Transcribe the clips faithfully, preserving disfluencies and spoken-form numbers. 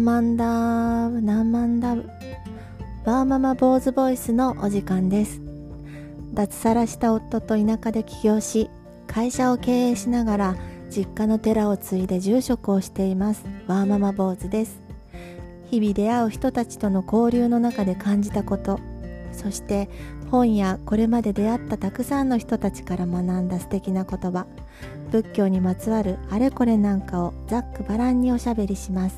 万ダブ何万ダブワーママ坊主ボイスのお時間です。脱サラした夫と田舎で起業し、会社を経営しながら実家の寺を継いで住職をしていますワーママ坊主です。日々出会う人たちとの交流の中で感じたこと、そして本やこれまで出会ったたくさんの人たちから学んだ素敵な言葉、仏教にまつわるあれこれなんかをざっくばらんにおしゃべりします。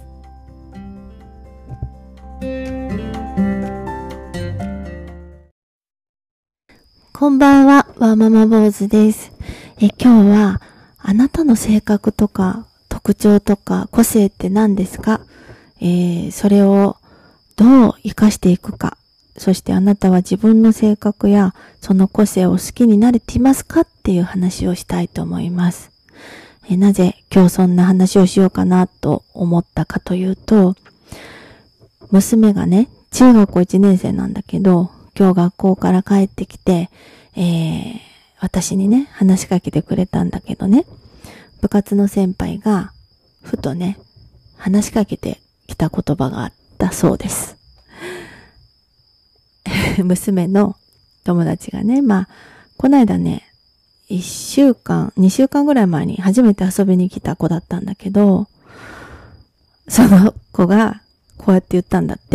こんばんは、ワーママ坊主です。え今日はあなたの性格とか特徴とか個性って何ですか、えー、それをどう生かしていくか、そしてあなたは自分の性格やその個性を好きになれていますかっていう話をしたいと思います。えなぜ今日そんな話をしようかなと思ったかというと、娘がね、中学校いちねん生なんだけど、今日学校から帰ってきて、えー、私にね、話しかけてくれたんだけどね、部活の先輩がふとね、話しかけてきた言葉があったそうです。娘の友達がね、まあ、この間ね、いっしゅうかん、にしゅうかんぐらい前に初めて遊びに来た子だったんだけど、その子がこうやって言ったんだって。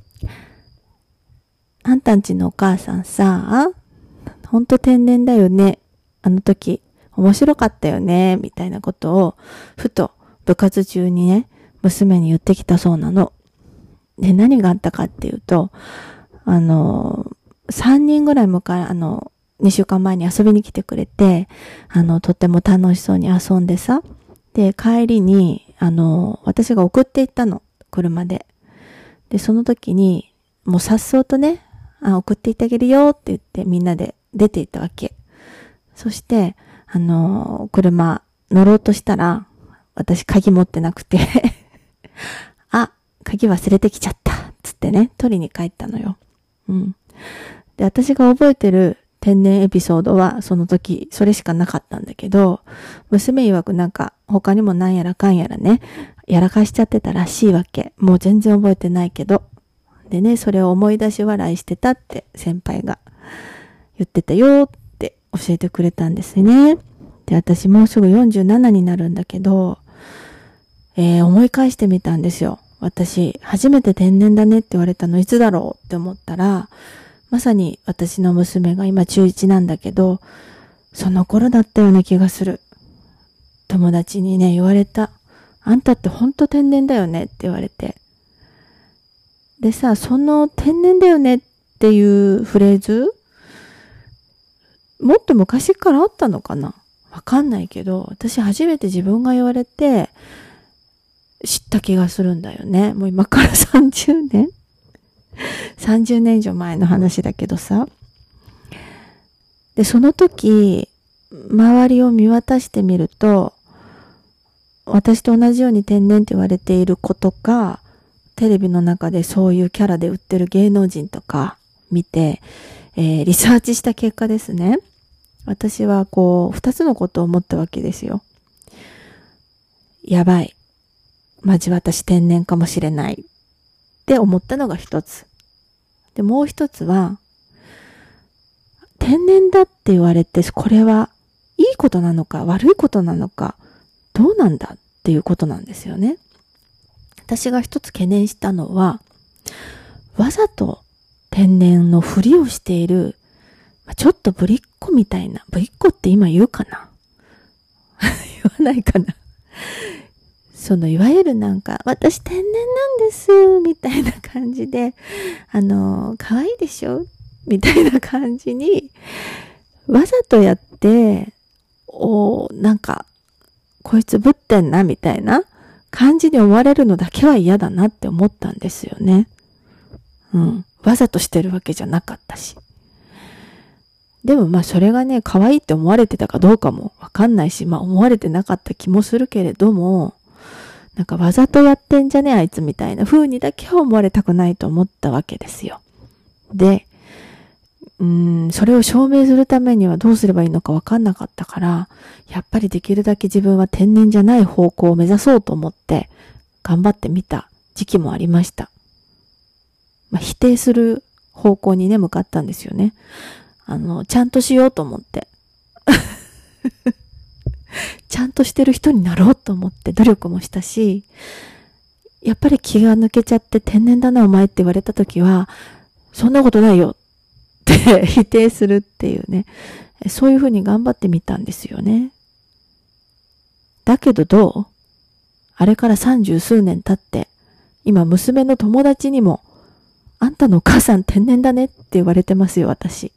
あんたんちのお母さんさ、ほんと天然だよね。あの時、面白かったよね。みたいなことを、ふと部活中にね、娘に言ってきたそうなの。で、何があったかっていうと、あの、さんにんぐらい迎え、あの、にしゅうかんまえに遊びに来てくれて、あの、とっても楽しそうに遊んでさ、で、帰りに、あの、私が送って行ったの、車で。で、その時に、もうさっそうとね、あ、送って行ってあげるよって言ってみんなで出て行ったわけ。そして、あの、車乗ろうとしたら、私鍵持ってなくて、あ、鍵忘れてきちゃった、つってね、取りに帰ったのよ。うん。で、私が覚えてる天然エピソードは、その時、それしかなかったんだけど、娘曰くなんか、他にもなんやらかんやらね、やらかしちゃってたらしいわけ。もう全然覚えてないけど。でね、それを思い出し笑いしてたって先輩が言ってたよって教えてくれたんですね。で、私もうすぐよんじゅうななになるんだけど、えー、思い返してみたんですよ。私、初めて天然だねって言われたのいつだろうって思ったら、まさに私の娘が今中いちなんだけど、その頃だったような気がする。友達にね、言われた。あんたってほんと天然だよねって言われて。でさ、その天然だよねっていうフレーズ、もっと昔からあったのかな？わかんないけど、私初めて自分が言われて知った気がするんだよね。もう今からさんじゅうねんさんじゅうねん以上前の話だけどさ。で、その時、周りを見渡してみると、私と同じように天然って言われている子とか、テレビの中でそういうキャラで売ってる芸能人とか見て、えー、リサーチした結果ですね。私はこう、二つのことを思ったわけですよ。やばい。マジ私天然かもしれない。って思ったのが一つ。で、もう一つは、天然だって言われて、これはいいことなのか悪いことなのか、どうなんだっていうことなんですよね。私が一つ懸念したのは、わざと天然のふりをしている、ちょっとぶりっ子みたいな、ぶりっ子って今言うかな言わないかなそのいわゆるなんか、私天然なんです、みたいな感じで、あの、可愛いでしょみたいな感じに、わざとやって、おなんか、こいつぶってんな、みたいな感じに思われるのだけは嫌だなって思ったんですよね。うん。わざとしてるわけじゃなかったし。でもまあそれがね、可愛いって思われてたかどうかもわかんないし、まあ思われてなかった気もするけれども、なんかわざとやってんじゃねあいつみたいな風にだけは思われたくないと思ったわけですよ。で、うーん、それを証明するためにはどうすればいいのかわかんなかったから、やっぱりできるだけ自分は天然じゃない方向を目指そうと思って頑張ってみた時期もありました。まあ、否定する方向にね、向かったんですよね。あの、ちゃんとしようと思って。ちゃんとしてる人になろうと思って努力もしたし、やっぱり気が抜けちゃって天然だなお前って言われた時は、そんなことないよって否定するっていうね、そういうふうに頑張ってみたんですよね。だけどどう？あれから三十数年経って、今娘の友達にも、あんたのお母さん天然だねって言われてますよ、私。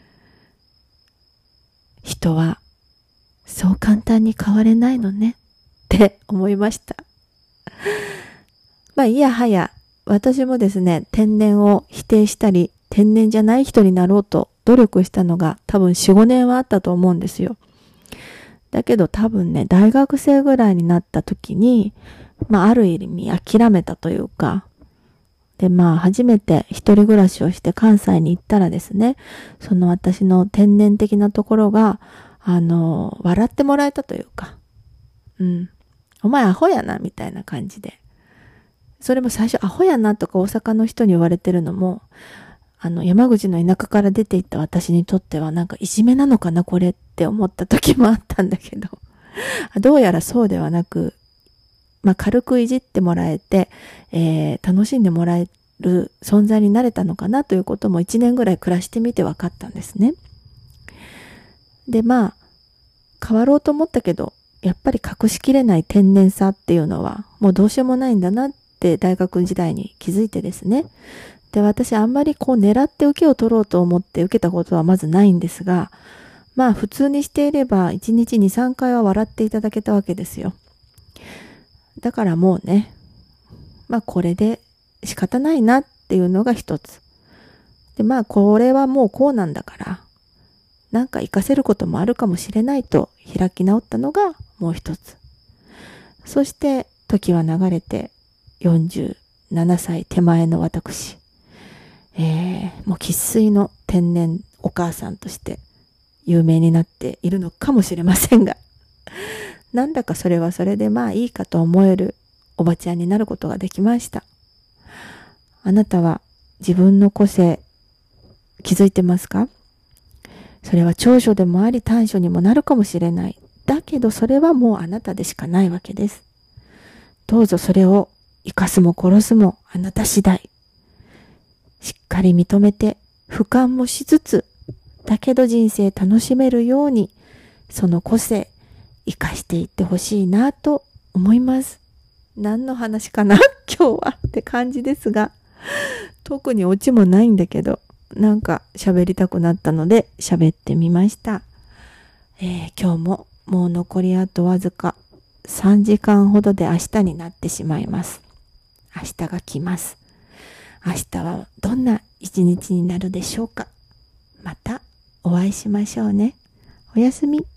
人は、そう簡単に変われないのねって思いました。まあいやはや、私もですね、天然を否定したり、天然じゃない人になろうと努力したのが多分よん、ごねんはあったと思うんですよ。だけど多分ね、大学生ぐらいになった時に、まあある意味諦めたというか、でまあ初めて一人暮らしをして関西に行ったらですね、その私の天然的なところが、あの、笑ってもらえたというか、うん、お前アホやなみたいな感じで。それも最初アホやなとか大阪の人に言われてるのも、あの山口の田舎から出て行った私にとってはなんかいじめなのかなこれって思った時もあったんだけど、どうやらそうではなく、まあ軽くいじってもらえて、えー、楽しんでもらえる存在になれたのかなということもいちねんぐらい暮らしてみて分かったんですね。でまあ変わろうと思ったけど、やっぱり隠しきれない天然さっていうのはもうどうしようもないんだなって大学時代に気づいてですね。で私あんまりこう狙って受けを取ろうと思って受けたことはまずないんですが、まあ普通にしていればいちにちに、さんかいは笑っていただけたわけですよ。だからもうね、まあこれで仕方ないなっていうのが一つ。でまあこれはもうこうなんだから、なんか活かせることもあるかもしれないと開き直ったのがもう一つ。そして時は流れてよんじゅうななさい手前の私、えー、もう生粋の天然お母さんとして有名になっているのかもしれませんが、なんだかそれはそれでまあいいかと思えるおばちゃんになることができました。あなたは自分の個性気づいてますか？それは長所でもあり短所にもなるかもしれない。だけどそれはもうあなたでしかないわけです。どうぞそれを生かすも殺すもあなた次第。しっかり認めて俯瞰もしつつ、だけど人生楽しめるようにその個性生かしていってほしいなと思います。何の話かな今日はって感じですが、特にオチもないんだけど、なんか喋りたくなったので喋ってみました。えー、今日ももう残りあとわずかさんじかんほどで明日になってしまいます。明日が来ます。明日はどんな一日になるでしょうか。またお会いしましょうね。おやすみ。